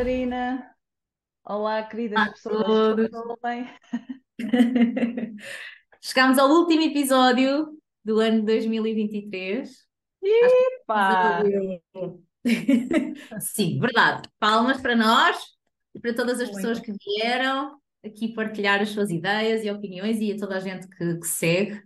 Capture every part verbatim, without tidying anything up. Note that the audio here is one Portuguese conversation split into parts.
Catarina. Olá, queridas Olá a pessoas que nos todos. ouvem. Chegámos ao último episódio do ano dois mil e vinte e três. Acho que é Epá! o episódio. Sim, verdade. Palmas para nós e para todas as pessoas Muito. que vieram aqui partilhar as suas ideias e opiniões e a toda a gente que, que segue.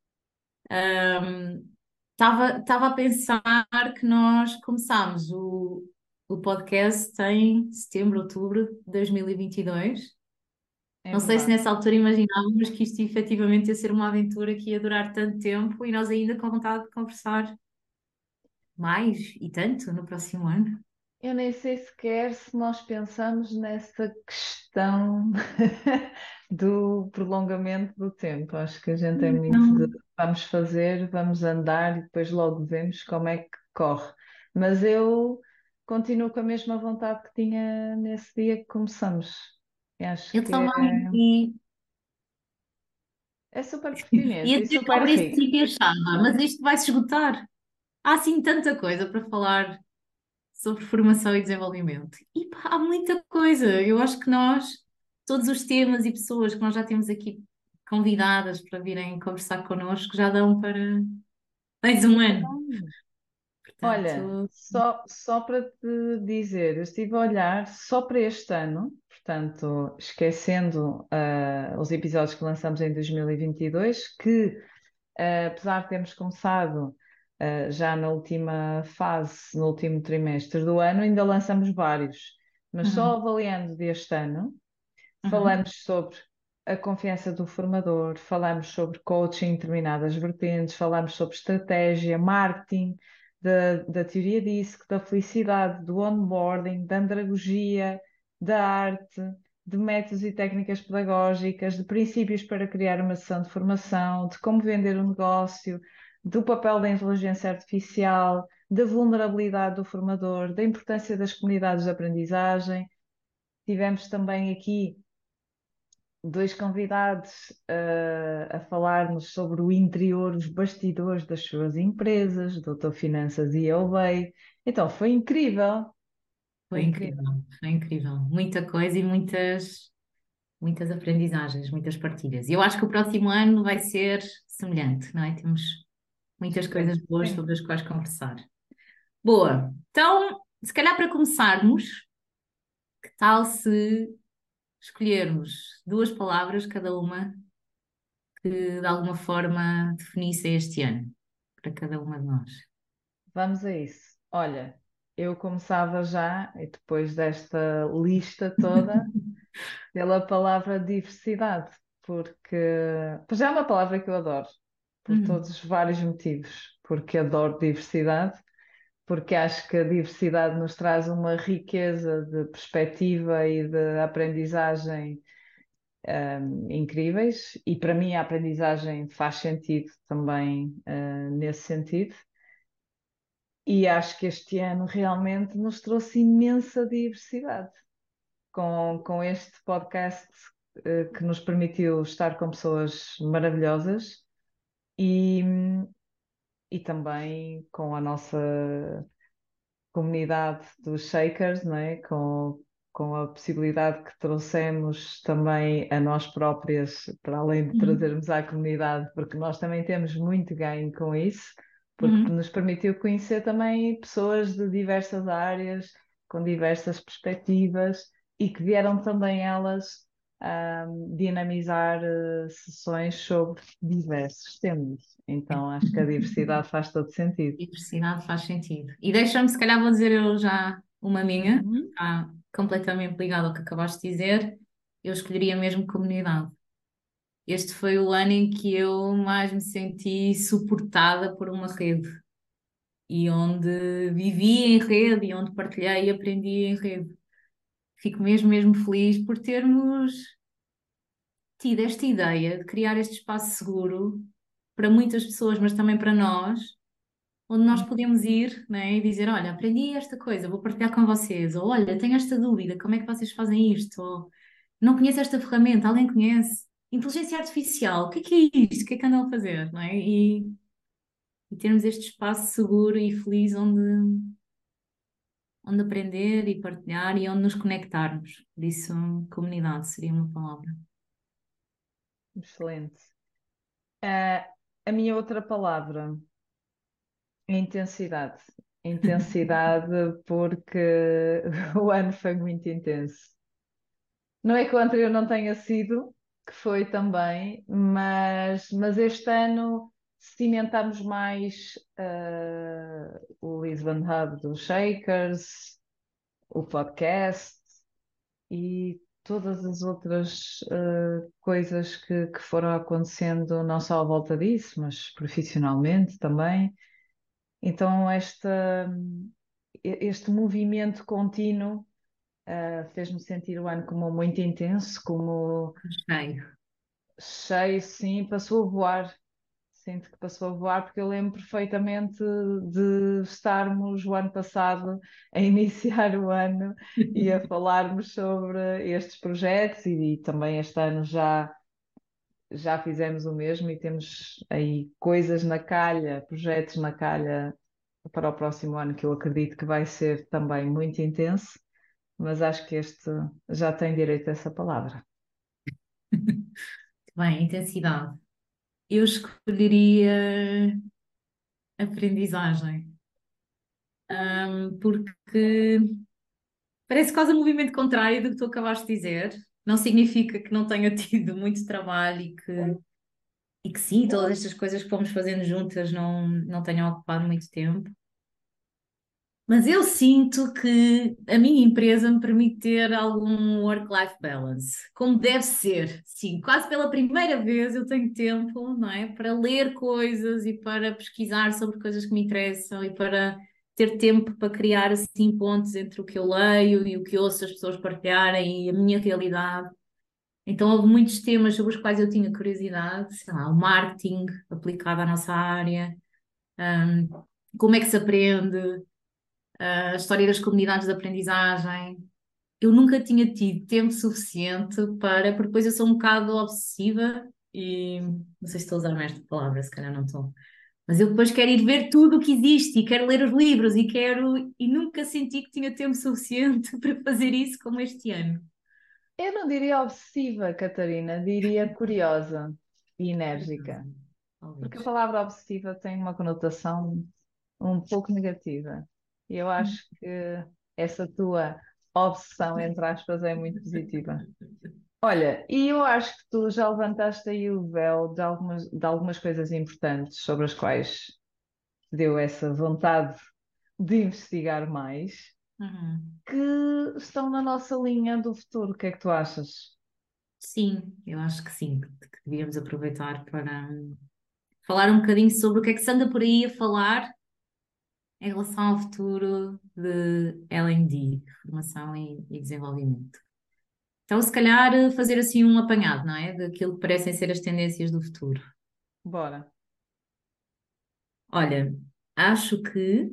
Estava estava a pensar que nós começámos o, o podcast em setembro, outubro de dois mil e vinte e dois. É Não sei se verdade. nessa altura imaginávamos que isto efetivamente ia ser uma aventura que ia durar tanto tempo e nós ainda com vontade de conversar mais e tanto no próximo ano. Eu nem sei sequer se nós pensamos nessa questão do prolongamento do tempo. Acho que a gente é muito de Não, vamos fazer, vamos andar e depois logo vemos como é que corre. Mas eu continuo com a mesma vontade que tinha nesse dia que começamos. Eu acho eu que é, também. E é super pertinente ia e dizer que ao super rico. princípio achava, mas isto vai se esgotar. Há assim tanta coisa para falar sobre formação e desenvolvimento. E pá, há muita coisa. Eu acho que nós, todos os temas e pessoas que nós já temos aqui convidadas para virem conversar connosco, já dão para mais um ano. Olha, Portanto, só, só para te dizer, eu estive a olhar só para este ano, portanto, esquecendo ah, os episódios que lançamos em dois mil e vinte e dois, que ah, apesar de termos começado ah, já na última fase, no último trimestre do ano, ainda lançamos vários, mas só uhum, avaliando deste ano, uhum. falamos sobre a confiança do formador, falamos sobre coaching em determinadas vertentes, falamos sobre estratégia, marketing, da, da teoria DISC, da felicidade, do onboarding, da andragogia, da arte, de métodos e técnicas pedagógicas, de princípios para criar uma sessão de formação, de como vender um negócio, do papel da inteligência artificial, da vulnerabilidade do formador, da importância das comunidades de aprendizagem. Tivemos também aqui dois convidados eh, a falar-nos sobre o interior, os bastidores das suas empresas, doutor Finanças e eu Bem. Então, foi incrível, Foi foi incrível. incrível, foi incrível. Muita coisa e muitas, muitas aprendizagens, muitas partilhas. E eu acho que o próximo ano vai ser semelhante, não é? Temos muitas Esperemos coisas que boas sim. sobre as quais conversar. Boa, então, se calhar para começarmos, que tal se escolhermos duas palavras cada uma que de alguma forma definissem este ano para cada uma de nós? Vamos a isso. Olha, eu começava já, e depois desta lista toda, pela palavra diversidade, porque pois é uma palavra que eu adoro, por Hum, todos os vários motivos, porque adoro diversidade, porque acho que a diversidade nos traz uma riqueza de perspectiva e de aprendizagem hum, incríveis, e para mim a aprendizagem faz sentido também, uh, nesse sentido. E acho que este ano realmente nos trouxe imensa diversidade com, com este podcast, uh, que nos permitiu estar com pessoas maravilhosas e, e também com a nossa comunidade dos Shakers, não é? Com, com a possibilidade que trouxemos também a nós próprias, para além de uhum, trazermos à comunidade, porque nós também temos muito ganho com isso, porque uhum. nos permitiu conhecer também pessoas de diversas áreas, com diversas perspectivas e que vieram também elas. a dinamizar eh, sessões sobre diversos temas. Então, acho que a diversidade faz todo sentido. Diversidade faz sentido. E deixa-me, se calhar, vou dizer eu já uma minha, Uhum. está completamente ligada ao que acabaste de dizer. Eu escolheria mesmo comunidade. Este foi o ano em que eu mais me senti suportada por uma rede e onde vivi em rede e onde partilhei e aprendi em rede. Fico mesmo, mesmo feliz por termos tido esta ideia de criar este espaço seguro para muitas pessoas, mas também para nós, onde nós podemos ir, né, e dizer: Olha, aprendi esta coisa, vou partilhar com vocês. Ou olha, tenho esta dúvida, como é que vocês fazem isto? Ou não conheço esta ferramenta, alguém conhece? Inteligência artificial, o que é que é isto? O que é que andam a fazer? Não é? E, e termos este espaço seguro e feliz onde, onde aprender e partilhar e onde nos conectarmos. Por isso, comunidade seria uma palavra. Excelente. Ah, a minha outra palavra é intensidade. Intensidade porque o ano foi muito intenso. Não é que o anterior não tenha sido, que foi também, mas, mas este ano cimentamos mais ah, o Lisbon Hub dos Shakers, o podcast e todas as outras ah, coisas que, que foram acontecendo, não só à volta disso, mas profissionalmente também. Então, esta, este movimento contínuo ah, fez-me sentir o ano como muito intenso, como Cheio. cheio, sim, passou a voar. Sinto que passou a voar porque eu lembro perfeitamente de estarmos o ano passado a iniciar o ano e a falarmos sobre estes projetos e, e também este ano já, já fizemos o mesmo e temos aí coisas na calha, projetos na calha para o próximo ano que eu acredito que vai ser também muito intenso, mas acho que este já tem direito a essa palavra. Bem, intensidade. Eu escolheria aprendizagem. Ahm, porque parece quase um movimento contrário do que tu acabaste de dizer. Não significa que não tenha tido muito trabalho e que, e que sim, todas estas coisas que fomos fazendo juntas não, não tenham ocupado muito tempo. Mas eu sinto que a minha empresa me permite ter algum work-life balance, como deve ser. Sim, quase pela primeira vez eu tenho tempo, não é, para ler coisas e para pesquisar sobre coisas que me interessam e para ter tempo para criar assim pontos entre o que eu leio e o que ouço as pessoas partilharem e a minha realidade. Então houve muitos temas sobre os quais eu tinha curiosidade, sei lá, o marketing aplicado à nossa área, hum, como é que se aprende, a história das comunidades de aprendizagem. Eu nunca tinha tido tempo suficiente para, porque depois eu sou um bocado obsessiva e não sei se estou a usar esta palavra, se calhar não estou. Mas eu depois quero ir ver tudo o que existe e quero ler os livros e quero e nunca senti que tinha tempo suficiente para fazer isso como este ano. Eu não diria obsessiva, Catarina, diria curiosa e enérgica. Porque a Talvez. palavra obsessiva tem uma conotação um pouco negativa. E eu acho que essa tua obsessão, entre aspas, é muito positiva. Olha, e eu acho que tu já levantaste aí o véu de algumas, de algumas coisas importantes sobre as quais te deu essa vontade de investigar mais, Uhum. que estão na nossa linha do futuro. O que é que tu achas? Sim, eu acho que sim, que que devíamos aproveitar para hum, falar um bocadinho sobre o que é que se anda por aí a falar em relação ao futuro de L and D, Formação e, e Desenvolvimento. Então, se calhar, eh, fazer assim um apanhado, não é? Daquilo que parecem ser as tendências do futuro. Bora. Olha, acho que,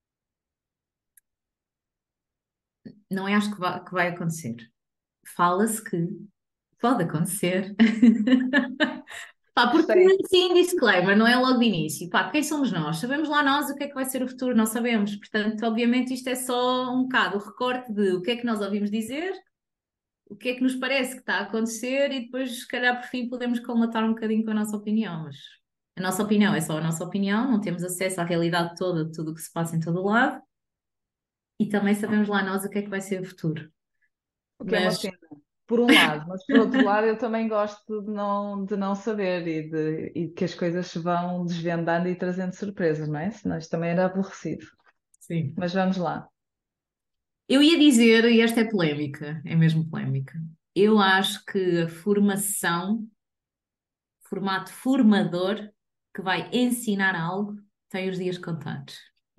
não é acho que vai, que vai acontecer. Fala-se que pode acontecer. Pá, porque Gostei. sim, disclaimer, não é logo de início. Pá, quem somos nós? Sabemos lá nós o que é que vai ser o futuro? Não sabemos. Portanto, obviamente, isto é só um bocado o recorte de o que é que nós ouvimos dizer, o que é que nos parece que está a acontecer e depois, se calhar, por fim, podemos colmatar um bocadinho com a nossa opinião. Mas a nossa opinião é só a nossa opinião, não temos acesso à realidade toda de tudo o que se passa em todo o lado e também sabemos lá nós o que é que vai ser o futuro. O que é uma Mas pena, por um lado, mas por outro lado eu também gosto de não, de não saber e de, e que as coisas se vão desvendando e trazendo surpresas, não é? Senão isto também era aborrecido. sim. Mas vamos lá. Eu ia dizer, e esta é polémica, é mesmo polémica, eu acho que a formação, formato formador, que vai ensinar algo, tem os dias contados.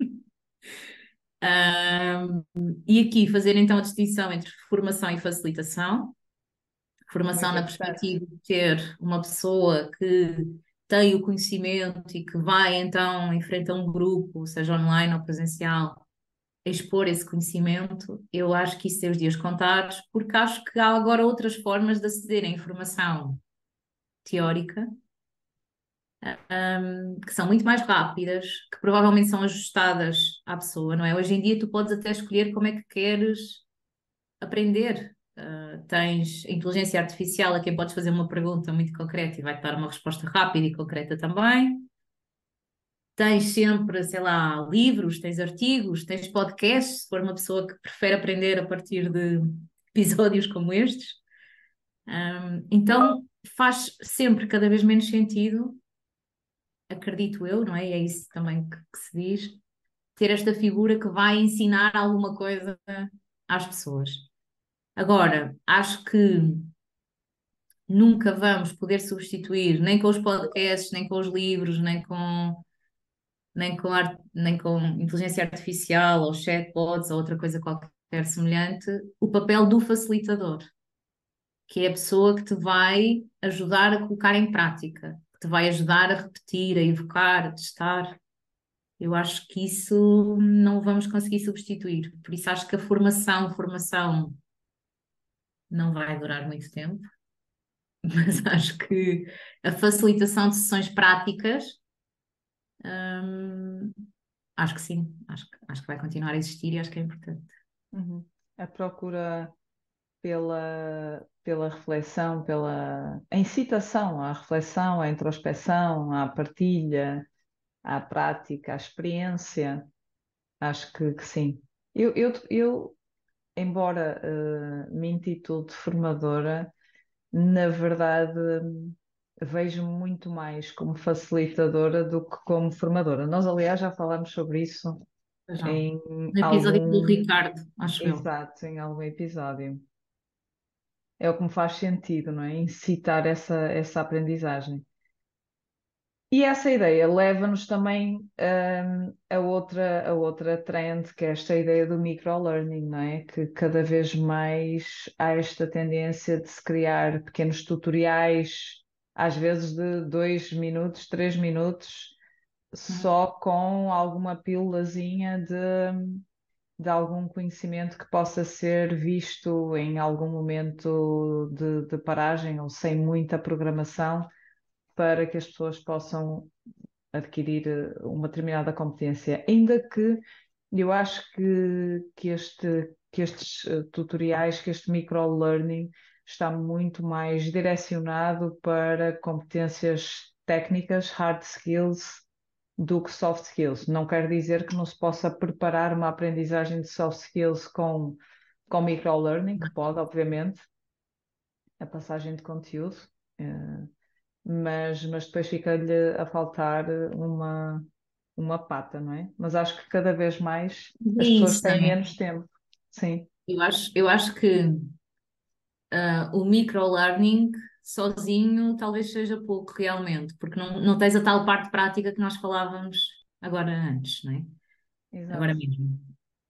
Ahm, e aqui fazer então a distinção entre formação e facilitação. Formação Muito na importante. perspectiva de ter uma pessoa que tem o conhecimento e que vai então enfrentar um grupo, seja online ou presencial, expor esse conhecimento, eu acho que isso tem os dias contados, porque acho que há agora outras formas de aceder à informação teórica um, que são muito mais rápidas, que provavelmente são ajustadas à pessoa, não é? Hoje em dia tu podes até escolher como é que queres aprender. Uh, tens inteligência artificial a quem podes fazer uma pergunta muito concreta e vai-te dar uma resposta rápida e concreta também. Tens sempre, sei lá, livros, tens artigos, tens podcasts, se for uma pessoa que prefere aprender a partir de episódios como estes. Um, então faz sempre cada vez menos sentido, acredito eu, não é? E é isso também que, que se diz, ter esta figura que vai ensinar alguma coisa às pessoas. Agora, acho que nunca vamos poder substituir, nem com os podcasts, nem com os livros, nem com, nem com, ar- nem com inteligência artificial ou chatbots ou outra coisa qualquer semelhante, o papel do facilitador, que é a pessoa que te vai ajudar a colocar em prática, que te vai ajudar a repetir, a evocar, a testar. Eu acho que isso não vamos conseguir substituir. Por isso acho que a formação, formação não vai durar muito tempo, mas acho que a facilitação de sessões práticas, hum, acho que sim, acho que, acho que vai continuar a existir e acho que é importante. Uhum. A procura pela, pela reflexão, pela a incitação à reflexão, à introspeção, à partilha, à prática, à experiência, acho que, que sim. Eu, eu, eu embora eh, me intitule de formadora, na verdade vejo muito mais como facilitadora do que como formadora. Nós, aliás, já falámos sobre isso Já. em No episódio do algum, Ricardo, acho eu. exato, em algum episódio. É o que me faz sentido, não é? Incitar essa, essa aprendizagem. E essa ideia leva-nos também hum, a outra, a outra trend, que é esta ideia do microlearning, não é? Que cada vez mais há esta tendência de se criar pequenos tutoriais, às vezes de dois minutos, três minutos, Uhum. só com alguma pílulazinha de, de algum conhecimento que possa ser visto em algum momento de, de paragem ou sem muita programação, para que as pessoas possam adquirir eh, uma determinada competência. Ainda que eu acho que, que, este, que estes eh, tutoriais, que este microlearning está muito mais direcionado para competências técnicas, hard skills, do que soft skills. Não quer dizer que não se possa preparar uma aprendizagem de soft skills com, com microlearning, que pode, obviamente, a passagem de conteúdo. eh, mas, mas depois fica-lhe a faltar uma, uma pata, não é? Mas acho que cada vez mais É as pessoas isso, não têm é? menos tempo. Sim, Eu acho, eu acho que ah, o microlearning sozinho talvez seja pouco realmente, porque não, não tens a tal parte prática que nós falávamos agora antes, não é? Agora exato. mesmo.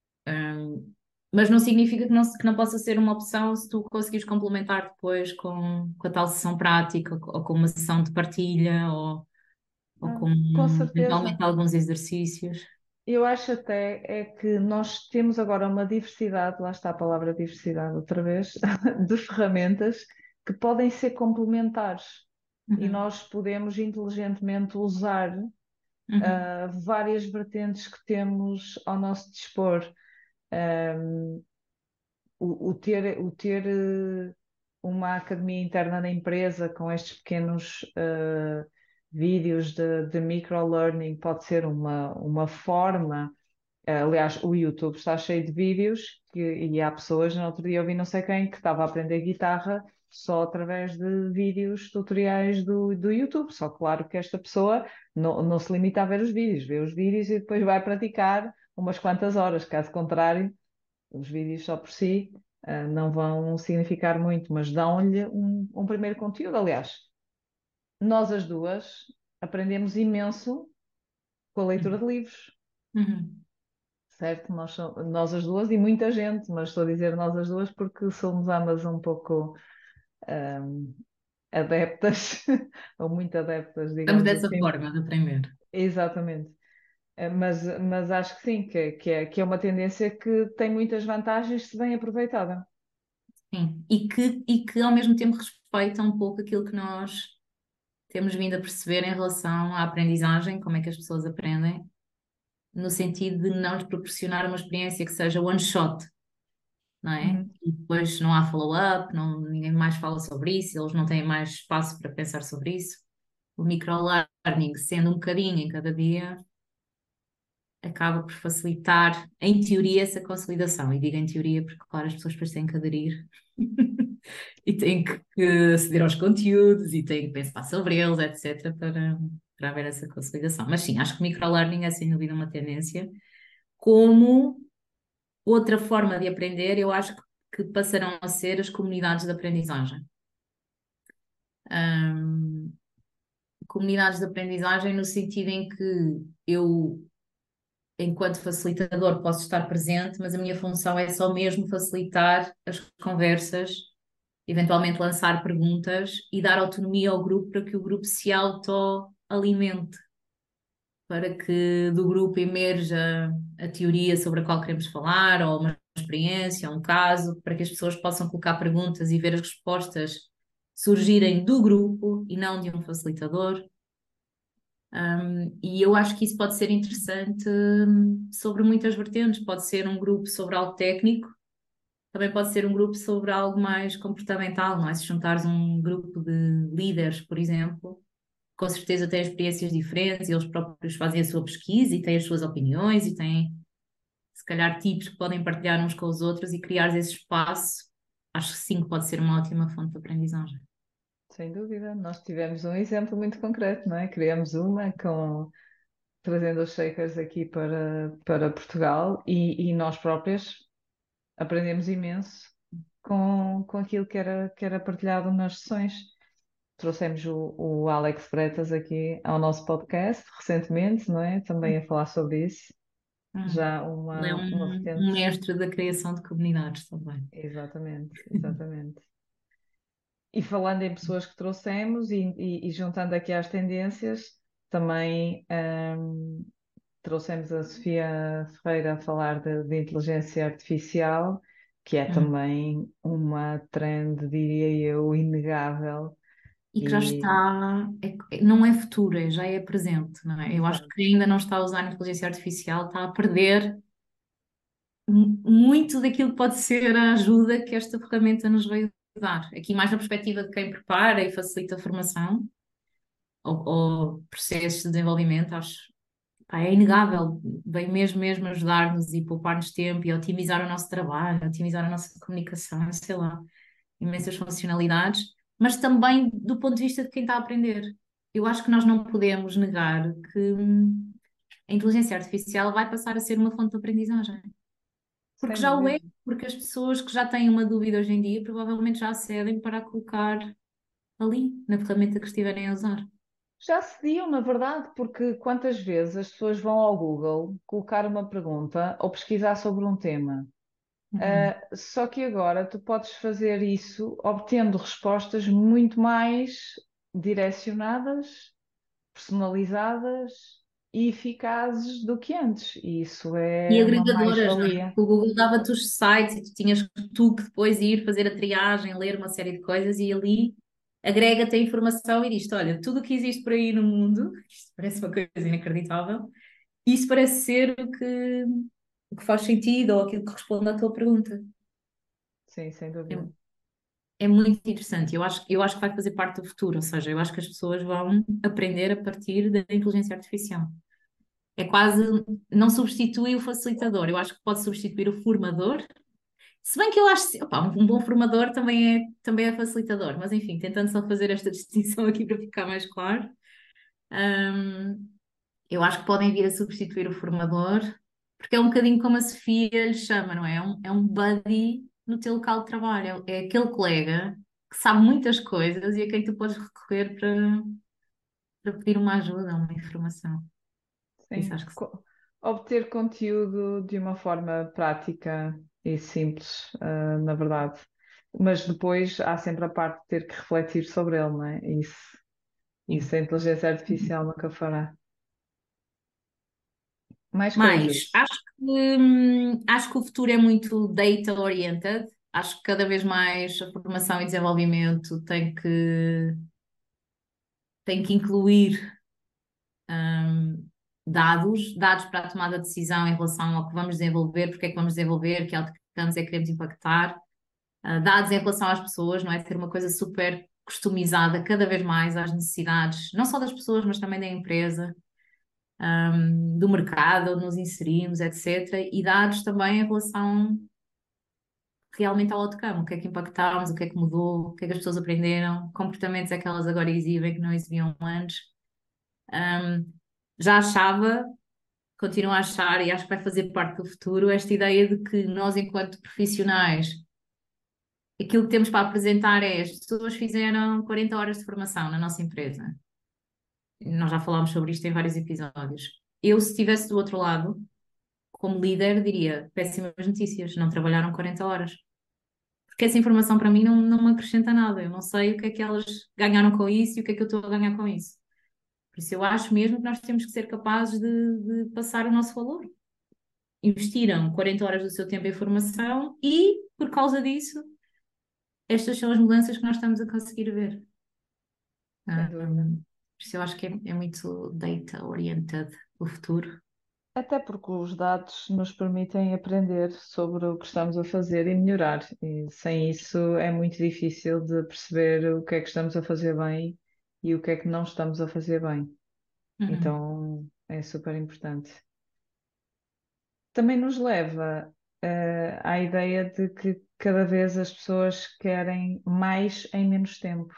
Mas não significa que não, se- que não possa ser uma opção se tu conseguires complementar depois com, com a tal sessão prática ou com uma sessão de partilha ou, ou Ah, com com certeza. eventualmente alguns exercícios. Eu acho até é que nós temos agora uma diversidade, lá está a palavra diversidade outra vez, de ferramentas que podem ser complementares e Uhum, nós podemos inteligentemente usar uhum, ah, várias vertentes que temos ao nosso dispor. Um, o, o ter, o ter eh, uma academia interna da empresa com estes pequenos eh, vídeos de, de microlearning pode ser uma, uma forma. Eh, aliás, o YouTube está cheio de vídeos que, e há pessoas, no outro dia eu vi não sei quem, que estava a aprender guitarra só através de vídeos tutoriais do, do YouTube. Só claro que esta pessoa não, não se limita a ver os vídeos, vê os vídeos e depois vai praticar umas quantas horas, caso contrário os vídeos só por si, ah, não vão significar muito, mas dão-lhe um, um primeiro conteúdo. Aliás, nós as duas aprendemos imenso com a leitura de livros, uhum. certo? Nós, so- nós as duas e muita gente, mas estou a dizer nós as duas porque somos ambas um pouco ahm, adeptas, ou muito adeptas, Estamos digamos dessa assim. forma de aprender. Exatamente. Eh, Mas, mas acho que sim, que, que é, que é uma tendência que tem muitas vantagens se bem aproveitada. Sim. E que, e que ao mesmo tempo respeita um pouco aquilo que nós temos vindo a perceber em relação à aprendizagem, como é que as pessoas aprendem, no sentido de não lhes proporcionar uma experiência que seja one shot, não é? Uhum. E depois não há follow-up, não, ninguém mais fala sobre isso, eles não têm mais espaço para pensar sobre isso. O microlearning, sendo um bocadinho em cada dia, acaba por facilitar, em teoria, essa consolidação. E digo em teoria porque, claro, as pessoas depois têm que aderir e têm que, que aceder aos conteúdos e têm que pensar sobre eles, etcétera, para, para haver essa consolidação. Mas sim, acho que o microlearning é sem dúvida uma tendência. Como outra forma de aprender, eu acho que que passarão a ser as comunidades de aprendizagem. Ahm, comunidades de aprendizagem no sentido em que eu, enquanto facilitador, posso estar presente, mas a minha função é só mesmo facilitar as conversas, eventualmente lançar perguntas e dar autonomia ao grupo para que o grupo se autoalimente, para que do grupo emerja a teoria sobre a qual queremos falar, ou uma experiência, ou um caso, para que as pessoas possam colocar perguntas e ver as respostas surgirem do grupo e não de um facilitador. Um, e eu acho que isso pode ser interessante hum, sobre muitas vertentes. Pode ser um grupo sobre algo técnico, também pode ser um grupo sobre algo mais comportamental, não é? Se juntares um grupo de líderes, por exemplo, com certeza têm experiências diferentes e eles próprios fazem a sua pesquisa e têm as suas opiniões e têm, se calhar, tipos que podem partilhar uns com os outros e criar esse espaço. Acho que sim, que pode ser uma ótima fonte de aprendizagem. Sem dúvida. Nós tivemos um exemplo muito concreto, não é? Criamos uma com trazendo os shakers aqui para, para Portugal e, e nós próprias aprendemos imenso com, com aquilo que era, que era partilhado nas sessões. Trouxemos o, o Alex Bretas aqui ao nosso podcast recentemente, não é? Também a falar sobre isso. Hum. Já Ele é uma, uma um, vertente. um mestre da criação de comunidades também. Exatamente, exatamente. E falando em pessoas que trouxemos e, e- e juntando aqui às tendências, também hum, trouxemos a Sofia Ferreira a falar de, de inteligência artificial, que é Hum. também uma trend, diria eu, inegável. E que já E, está, é- não é futuro, é- já é presente, não é? Eu acho exato, que ainda não está a usar a inteligência artificial, está a perder mu- muito daquilo que pode ser a ajuda que esta ferramenta nos veio dar. Aqui mais na perspectiva de quem prepara e facilita a formação ou, ou processos de desenvolvimento, acho, pá, é inegável, vem mesmo mesmo ajudar-nos e poupar-nos tempo e otimizar o nosso trabalho, otimizar a nossa comunicação, sei lá, imensas funcionalidades, mas também do ponto de vista de quem está a aprender. Eu acho que nós não podemos negar que hum, a inteligência artificial vai passar a ser uma fonte de aprendizagem. Porque sem já o é, dúvida. porque as pessoas que já têm uma dúvida hoje em dia provavelmente já acedem para a colocar ali, na ferramenta que estiverem a usar. Já se diam, na verdade, porque quantas vezes as pessoas vão ao Google colocar uma pergunta ou pesquisar sobre um tema. Uhum. Ah, só que agora tu podes fazer isso obtendo respostas muito mais direcionadas, personalizadas e eficazes do que antes. E isso E é uma agregadoras, não é? mais-valia. Porque o Google dava-te os sites e tu tinhas que tu que depois ir fazer a triagem, ler uma série de coisas e ali agrega-te a informação e diz-te, olha, tudo o que existe por aí no mundo, isto parece uma coisa inacreditável, isso parece ser o que, o que faz sentido ou aquilo que responde à tua pergunta. Sim, sem É, dúvida. é muito interessante. Eu acho, eu acho que vai fazer parte do futuro, ou seja, eu acho que as pessoas vão aprender a partir da inteligência artificial. É quase, não substitui o facilitador, eu acho que pode substituir o formador. Se bem que eu acho, opá, um um bom formador também é, também é facilitador, mas enfim, tentando só fazer esta distinção aqui para ficar mais claro, hum, eu acho que podem vir a substituir o formador, porque é um bocadinho como a Sofia lhe chama, não é? É um, é um buddy no teu local de trabalho, é aquele colega que sabe muitas coisas e a quem tu podes recorrer para, para pedir uma ajuda, uma informação. Isso Sim. acho que sim. Co- obter conteúdo de uma forma prática e simples, ah, na verdade. Mas depois há sempre a parte de ter que refletir sobre ele, não é? Isso, isso Sim. a inteligência artificial nunca fará. Mais Mas coisas. acho que, hum, acho que o futuro é muito data-oriented. Acho que cada vez mais a formação e desenvolvimento tem que tem que incluir hum, dados, dados para a tomada de decisão em relação ao que vamos desenvolver, porque é que vamos desenvolver, que outcomes é que queremos impactar, uh, dados em relação às pessoas, não é? Ter uma coisa super customizada cada vez mais às necessidades, não só das pessoas, mas também da empresa, um, do mercado onde nos inserimos, etcétera. E dados também em relação realmente ao outcome, o que é que impactámos, o que é que mudou, o que é que as pessoas aprenderam, comportamentos é que elas agora exibem que não exibiam antes. Um, já achava, continuo a achar, e acho que vai fazer parte do futuro, esta ideia de que nós, enquanto profissionais, aquilo que temos para apresentar é as pessoas fizeram quarenta horas de formação na nossa empresa. Nós já falámos sobre isto em vários episódios. Eu, se estivesse do outro lado, como líder, diria péssimas notícias, não trabalharam quarenta horas. Porque essa informação para mim não, não me acrescenta nada. Eu não sei o que é que elas ganharam com isso e o que é que eu estou a ganhar com isso. Por isso eu acho mesmo que nós temos que ser capazes de, de passar o nosso valor. Investiram quarenta horas do seu tempo em formação e, por causa disso, estas são as mudanças que nós estamos a conseguir ver. Sem Ah, dúvida. hum, por isso eu acho que é, é muito data-oriented o futuro. Até porque os dados nos permitem aprender sobre o que estamos a fazer e melhorar. E sem isso é muito difícil de perceber o que é que estamos a fazer bem e o que é que não estamos a fazer bem. Uhum. Então é super importante. Também nos leva, eh, à ideia de que cada vez as pessoas querem mais em menos tempo,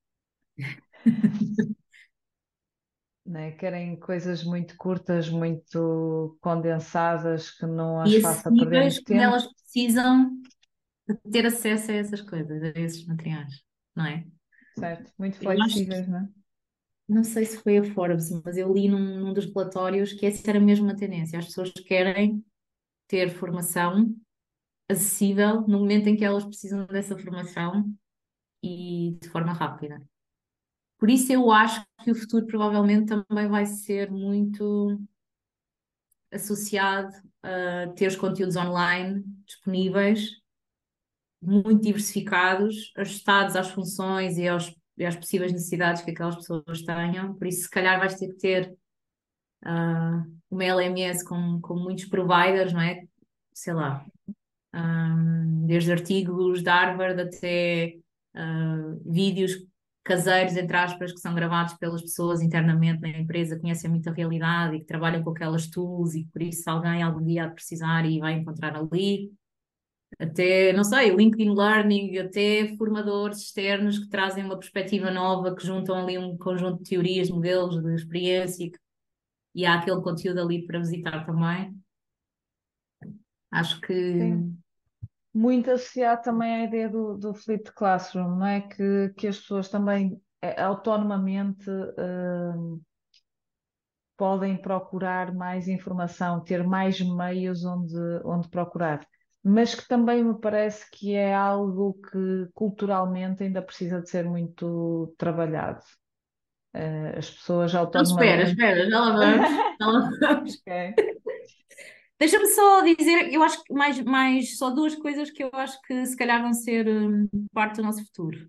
né? Querem coisas muito curtas, muito condensadas, que não as E faça perder acessíveis muito quando tempo, elas precisam de ter acesso a essas coisas, a esses materiais, não é? certo? Muito Eu acho flexíveis, não é? Não sei se foi a Forbes, mas eu li num, num dos relatórios que essa era mesmo uma tendência. As pessoas querem ter formação acessível no momento em que elas precisam dessa formação e de forma rápida. Por isso eu acho que o futuro provavelmente também vai ser muito associado a ter os conteúdos online disponíveis, muito diversificados, ajustados às funções e, aos, e às possíveis necessidades que aquelas pessoas tenham. Por isso, se calhar, vais ter que ter ah, uma L M S com, com muitos providers, não é? Sei lá, ah, desde artigos de Harvard até ah, vídeos caseiros, entre aspas, que são gravados pelas pessoas internamente na empresa, que conhecem muito a realidade e que trabalham com aquelas tools e que por isso alguém algum dia há de precisar e vai encontrar ali. Até, não sei, LinkedIn Learning, até formadores externos que trazem uma perspectiva nova, que juntam ali um conjunto de teorias, modelos de experiência e há aquele conteúdo ali para visitar também. Acho Sim. que Muito associado também à ideia do, do flipped classroom, não é? Que, que as pessoas também eh, autonomamente eh, podem procurar mais informação, ter mais meios onde, onde procurar. Mas que também me parece que é algo que culturalmente ainda precisa de ser muito trabalhado. Eh, as pessoas Não, espera, autonomamente. espera, já lá vamos, já lá vamos. Ok. Deixa-me só dizer, eu acho que mais, mais só duas coisas que eu acho que se calhar vão ser hum, parte do nosso futuro.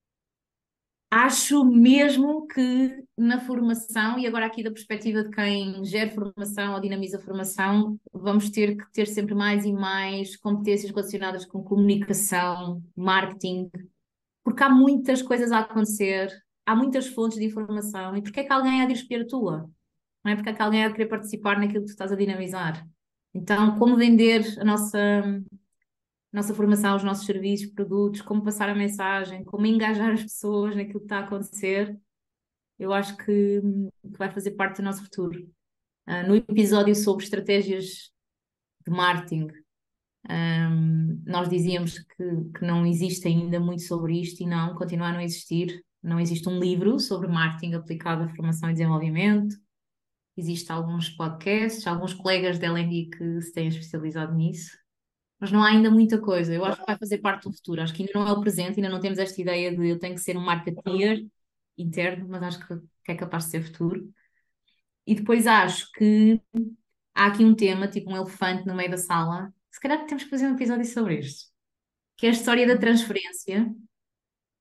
Acho mesmo que na formação, e agora aqui da perspectiva de quem gera formação ou dinamiza formação, vamos ter que ter sempre mais e mais competências relacionadas com comunicação, marketing, porque há muitas coisas a acontecer, há muitas fontes de informação, e porque é que alguém há de escolher a tua? Não é porque é que alguém há de querer participar naquilo que tu estás a dinamizar? Então, como vender a nossa, nossa formação, os nossos serviços, produtos, como passar a mensagem, como engajar as pessoas naquilo que está a acontecer, eu acho que, que vai fazer parte do nosso futuro. Ah, no episódio sobre estratégias de marketing, ahm, nós dizíamos que, que não existe ainda muito sobre isto e não, continua a não existir. Não existe um livro sobre marketing aplicado à formação e desenvolvimento. Existem alguns podcasts, alguns colegas da L and D que se têm especializado nisso, mas não há ainda muita coisa. Eu acho que vai fazer parte do futuro. Acho que ainda não é o presente, ainda não temos esta ideia de eu tenho que ser um marketeer interno, mas acho que, que é capaz de ser futuro. E depois acho que há aqui um tema, tipo um elefante no meio da sala. Se calhar temos que fazer um episódio sobre isto, que é a história da transferência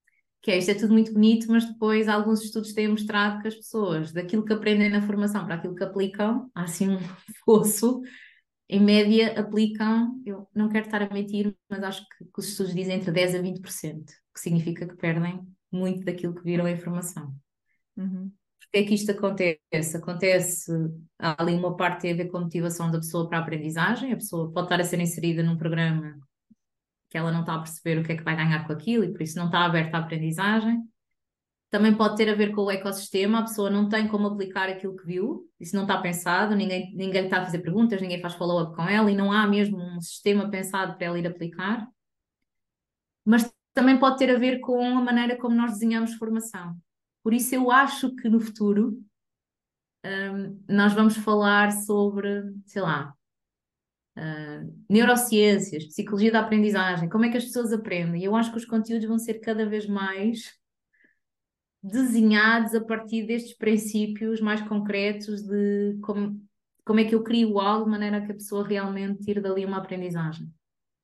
que é, isto é tudo muito bonito, mas depois alguns estudos têm mostrado que as pessoas, daquilo que aprendem na formação para aquilo que aplicam, há assim um fosso, em média aplicam, eu não quero estar a mentir, mas acho que, que os estudos dizem entre dez a vinte por cento, que significa que perdem muito daquilo que viram em formação. Uhum. Porque é que isto acontece? Acontece, há ali uma parte que tem a ver com a motivação da pessoa para a aprendizagem, a pessoa pode estar a ser inserida num programa que ela não está a perceber o que é que vai ganhar com aquilo e por isso não está aberta à aprendizagem. Também pode ter a ver com o ecossistema, a pessoa não tem como aplicar aquilo que viu, isso não está pensado, ninguém, ninguém está a fazer perguntas, ninguém faz follow-up com ela e não há mesmo um sistema pensado para ela ir aplicar. Mas também pode ter a ver com a maneira como nós desenhamos formação. Por isso eu acho que no futuro nós vamos falar sobre, sei lá, neurociências, psicologia da aprendizagem, como é que as pessoas aprendem. Eu acho que os conteúdos vão ser cada vez mais desenhados a partir destes princípios mais concretos de como, como é que eu crio algo de maneira que a pessoa realmente tire dali uma aprendizagem.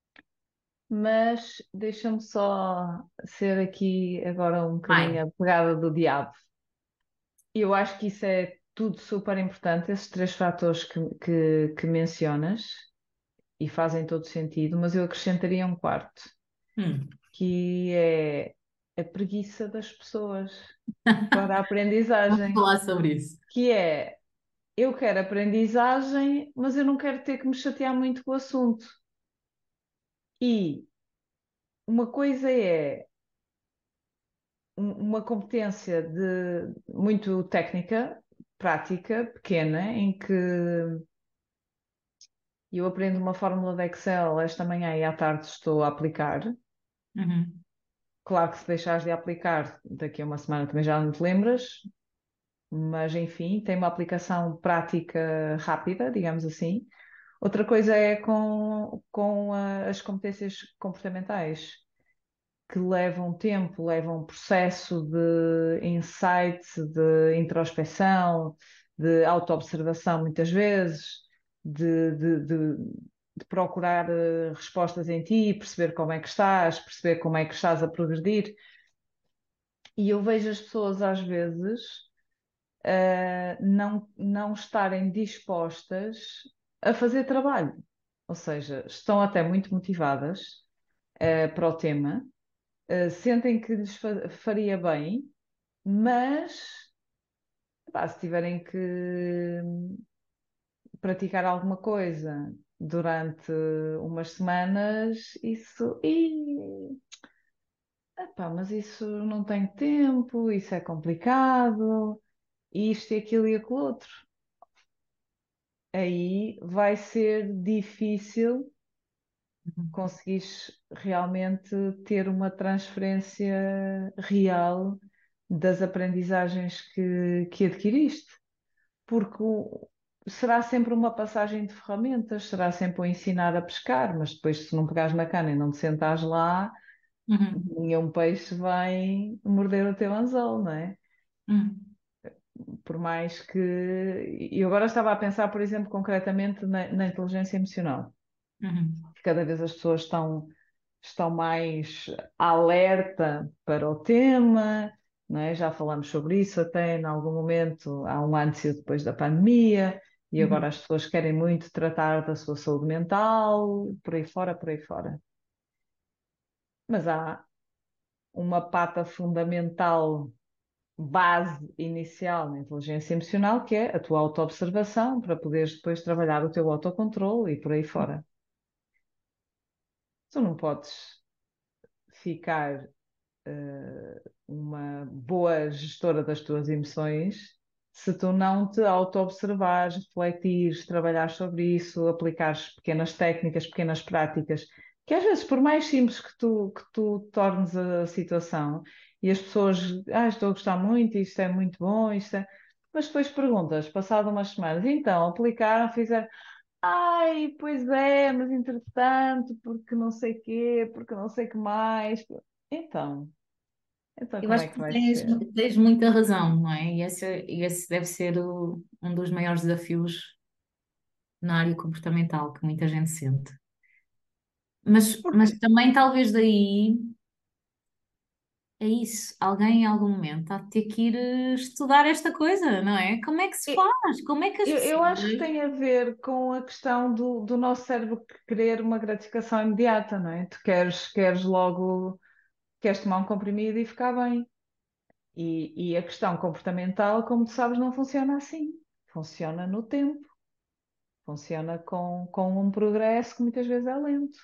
Mas deixa-me só ser aqui agora um Vai. bocadinho a pegada do diabo. Eu acho que isso é tudo super importante, esses três fatores que, que, que mencionas, e fazem todo sentido, mas eu acrescentaria um quarto, Hum. que é a preguiça das pessoas para a Vamos aprendizagem, falar sobre isso. que é eu quero aprendizagem, mas eu não quero ter que me chatear muito com o assunto. E uma coisa é um- uma competência de muito técnica, prática, pequena, em que eu aprendo uma fórmula de Excel esta manhã e à tarde estou a aplicar. Uhum. Claro que se deixares de aplicar, daqui a uma semana também já não te lembras, mas enfim, tem uma aplicação prática rápida, digamos assim. Outra coisa é com, com ah, as competências comportamentais, que levam tempo, levam um processo de insight, de introspeção, de autoobservação muitas vezes, de, de, de, de procurar eh, respostas em ti, perceber como é que estás, perceber como é que estás a progredir. E eu vejo as pessoas às vezes eh, não, não estarem dispostas a fazer trabalho. Ou seja, estão até muito motivadas eh, para o tema, eh, sentem que lhes fa- faria bem, mas pá, se tiverem que praticar alguma coisa durante umas semanas, isso. Ih, epá, mas isso não tem tempo, isso é complicado, isto e aquilo e aquilo outro. Aí vai ser difícil conseguires realmente ter uma transferência real das aprendizagens que, que adquiriste, porque o- será sempre uma passagem de ferramentas, será sempre o ensinar a pescar, mas depois, se não pegares na cana e não te sentares lá, Uhum. nenhum peixe vai morder o teu anzol, não é? Uhum. Por mais que. E agora estava a pensar, por exemplo, concretamente na, na inteligência emocional. Uhum. Cada vez as pessoas estão, estão mais alerta para o tema, não é? Já falamos sobre isso até em algum momento, há um antes e depois da pandemia, e agora Uhum. as pessoas querem muito tratar da sua saúde mental, por aí fora, por aí fora. Mas há uma pata fundamental, base inicial na inteligência emocional, que é a tua autoobservação, para poderes depois trabalhar o teu autocontrole e por aí fora. Tu não podes ficar eh, uma boa gestora das tuas emoções se tu não te auto-observares, refletires, trabalhares sobre isso, aplicares pequenas técnicas, pequenas práticas, que às vezes, por mais simples que tu, que tu tornes a situação, e as pessoas, ah, estou a gostar muito, isto é muito bom, isto é... Mas depois perguntas, passado umas semanas, então, aplicaram, fizeram, ai, pois é, mas entretanto, porque não sei quê, porque não sei que mais. Então, então Eu como acho é que que vai tens, ser? tens muita razão, não é? E esse, e esse deve ser o- um dos maiores desafios na área comportamental que muita gente sente. Mas, Porque mas também talvez daí é isso. Alguém em algum momento há de ter que ir eh, estudar esta coisa, não é? Como é que se E- faz? Como é que as Eu, eu acho que pessoas. tem a ver com a questão do, do nosso cérebro querer uma gratificação imediata, não é? Tu queres, queres logo, queres tomar um comprimido e ficar bem. E, e a questão comportamental, como tu sabes, não funciona assim. Funciona no tempo, funciona com, com um progresso que muitas vezes é lento.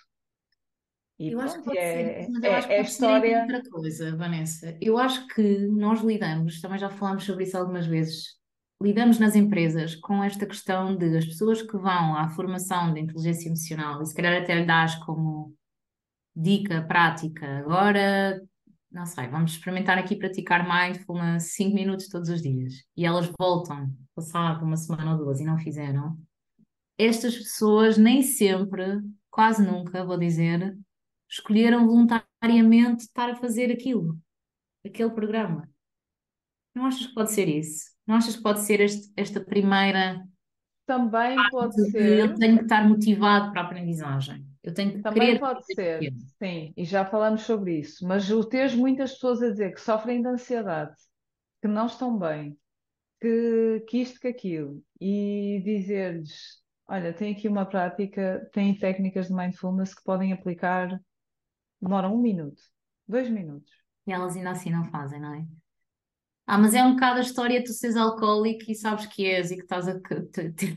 E Eu acho que pronto, e pode ser é, isso, mas eu acho que é, é a pode ser ainda história outra coisa, Vanessa. Eu acho que nós lidamos, também já falámos sobre isso algumas vezes, lidamos nas empresas com esta questão de as pessoas que vão à formação de inteligência emocional, e se calhar até lhe dás como dica prática, agora, não sei, vamos experimentar aqui praticar mindfulness cinco minutos todos os dias. E elas voltam, passado uma semana ou duas, e não fizeram. Estas pessoas nem sempre, quase nunca, vou dizer, escolheram voluntariamente estar a fazer aquilo, aquele programa. Não achas que pode ser isso? Não achas que pode ser este- esta primeira também pode de que ser, eu tenho que estar motivado para a aprendizagem? Eu tenho que também querer pode fazer ser, aquilo. sim, e já falamos sobre isso, mas o teres muitas pessoas a dizer que sofrem de ansiedade, que não estão bem, que, que isto, que aquilo, e dizer-lhes, olha, tem aqui uma prática, tem técnicas de mindfulness que podem aplicar, demoram um minuto, dois minutos. E elas ainda assim não fazem, não é? Ah, mas é um bocado a história de tu seres alcoólico e sabes que és e que estás a. que- te- te-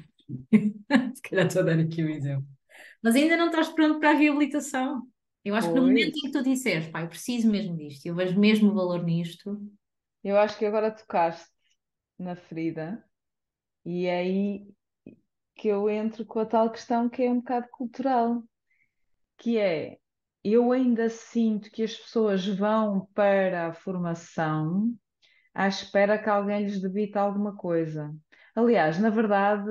Se calhar estou a dar aqui o exemplo. Mas ainda não estás pronto para a reabilitação. Eu acho que no momento em que Pois, tu disseres, pá, eu preciso mesmo disto, eu vejo mesmo valor nisto, eu acho que agora tocaste na ferida, e é aí que eu entro com a tal questão que é um bocado cultural, que é, eu ainda sinto que as pessoas vão para a formação à espera que alguém lhes debite alguma coisa. Aliás, na verdade,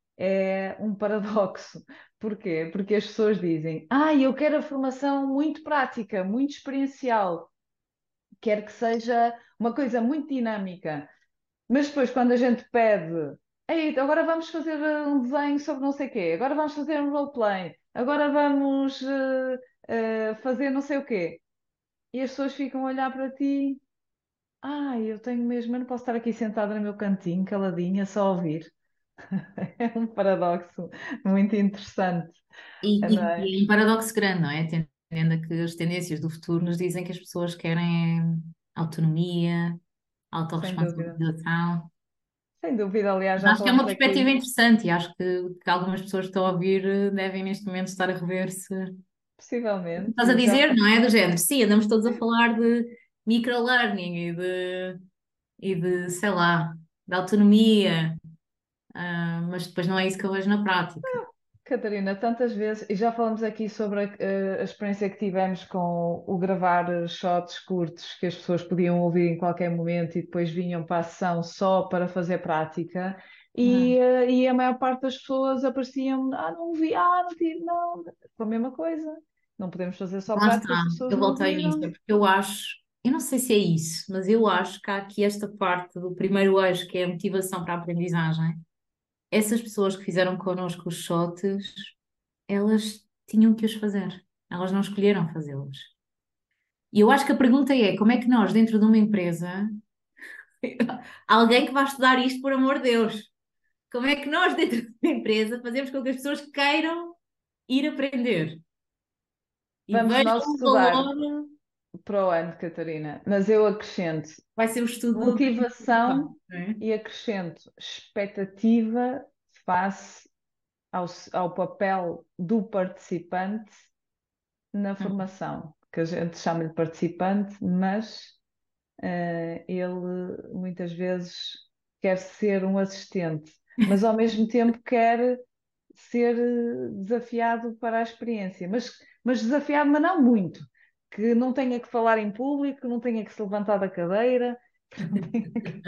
é um paradoxo. Porquê? Porque as pessoas dizem: Ah, eu quero a formação muito prática, muito experiencial, quero que seja uma coisa muito dinâmica. Mas depois, quando a gente pede, Ei, agora vamos fazer uh, um desenho sobre não sei o quê, agora vamos fazer um roleplay, agora vamos uh, uh, fazer não sei o quê. E as pessoas ficam a olhar para ti. Ah, eu tenho mesmo, eu não posso estar aqui sentada no meu cantinho, caladinha, só a ouvir. É um paradoxo muito interessante, e, não e- é? e é um paradoxo grande, não é? Tendo a que as tendências do futuro nos dizem que as pessoas querem é, autonomia, Sem dúvida. autorresponsabilização. Sem dúvida, aliás, Mas já acho que é uma falamos perspectiva aqui, interessante e acho que, que algumas pessoas que estão a ouvir eh, devem neste momento estar a rever-se. possivelmente, Estás a e já dizer, não é? Do género, sim, andamos todos a falar de microlearning e de, e de, sei lá, de autonomia, ah, mas depois não é isso que eu vejo na prática. Catarina, tantas vezes, e já falamos aqui sobre a, a- a experiência que tivemos com o gravar eh, shots curtos que as pessoas podiam ouvir em qualquer momento e depois vinham para a sessão só para fazer prática, e, Hum. eh, e a maior parte das pessoas apareciam, ah, não ouvi, ah, não tive, não, foi a mesma coisa. Não podemos fazer só Lá prática está, se as pessoas eu não voltei nisso, é ouviram. porque eu acho, eu não sei se é isso, mas eu acho que há aqui esta parte do primeiro eixo, que é a motivação para a aprendizagem. Essas pessoas que fizeram connosco os shots, elas tinham que os fazer, elas não escolheram fazê-los. E eu acho que a pergunta é: como é que nós, dentro de uma empresa, alguém que vai estudar isto, por amor de Deus, como é que nós, dentro de uma empresa, fazemos com que as pessoas queiram ir aprender e Vamos nós vejam o estudar valor? para o ano, Catarina, mas eu acrescento Vai ser o estudo de motivação não é? e acrescento expectativa face ao, ao papel do participante na Hum. formação, que a gente chama-lhe participante, mas eh, ele muitas vezes quer ser um assistente, mas ao mesmo tempo quer ser eh, desafiado para a experiência, mas, mas desafiado, mas não muito, que não tenha que falar em público, que não tenha que se levantar da cadeira. que não tenha que-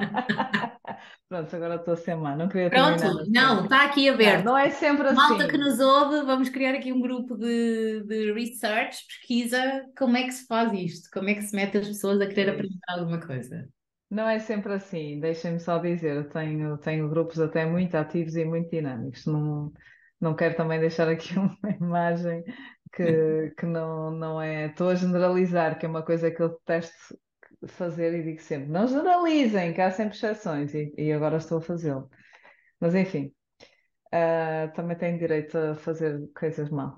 Pronto, agora estou a ser má, não queria terminar Pronto, assim. não, está aqui Não, aberto. não é sempre Malta que assim. nos ouve, vamos criar aqui um grupo de, de research, pesquisa, como é que se faz isto? Como é que se mete as pessoas a querer Pois. aprender alguma coisa? Não é sempre assim, deixem-me só dizer, eu tenho, tenho grupos até muito ativos e muito dinâmicos. Não, não quero também deixar aqui uma imagem que, que não, não é. Estou a generalizar, que é uma coisa que eu detesto fazer e digo sempre: não generalizem, que há sempre exceções, e, e agora estou a fazê-lo. Mas enfim, ah, também tenho direito a fazer coisas mal.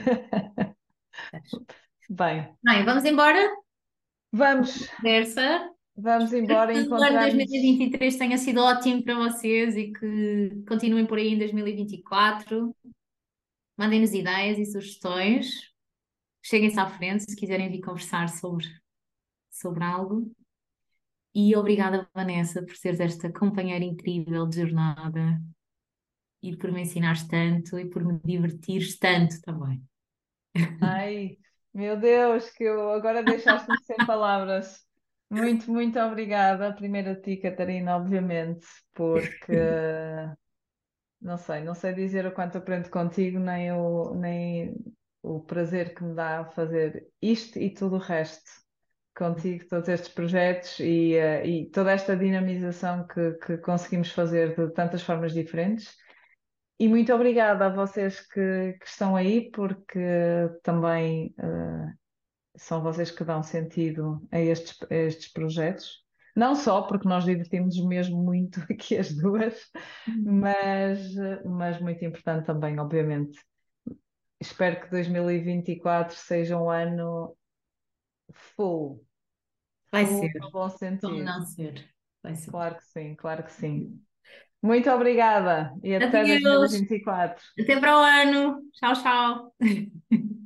Bem, Bem, vamos embora? vamos, Conversa. vamos embora, Que o ano encontramos. dois mil e vinte e três tenha sido ótimo para vocês e que continuem por aí em dois mil e vinte e quatro. Mandem-nos ideias e sugestões. Cheguem-se à frente se quiserem vir conversar sobre, sobre algo. E obrigada, Vanessa, por seres esta companheira incrível de jornada e por me ensinares tanto e por me divertires tanto também. Ai, meu Deus, que eu agora deixaste-me sem palavras. Muito, muito obrigada. Primeiro a ti, Catarina, obviamente, porque não sei, não sei dizer o quanto aprendo contigo, nem o, nem o prazer que me dá fazer isto e tudo o resto contigo, todos estes projetos e, eh, e toda esta dinamização que, que conseguimos fazer de tantas formas diferentes. E muito obrigada a vocês que, que estão aí, porque também eh, são vocês que dão sentido a estes, a estes projetos. Não só porque nós divertimos mesmo muito aqui as duas, mas, mas muito importante também, obviamente. Espero que dois mil e vinte e quatro seja um ano full, Vai full ser, no bom como sentido. não ser. Vai ser. Claro que sim, claro que sim. Muito obrigada e até Adeus, dois mil e vinte e quatro. até para o ano. Tchau, tchau.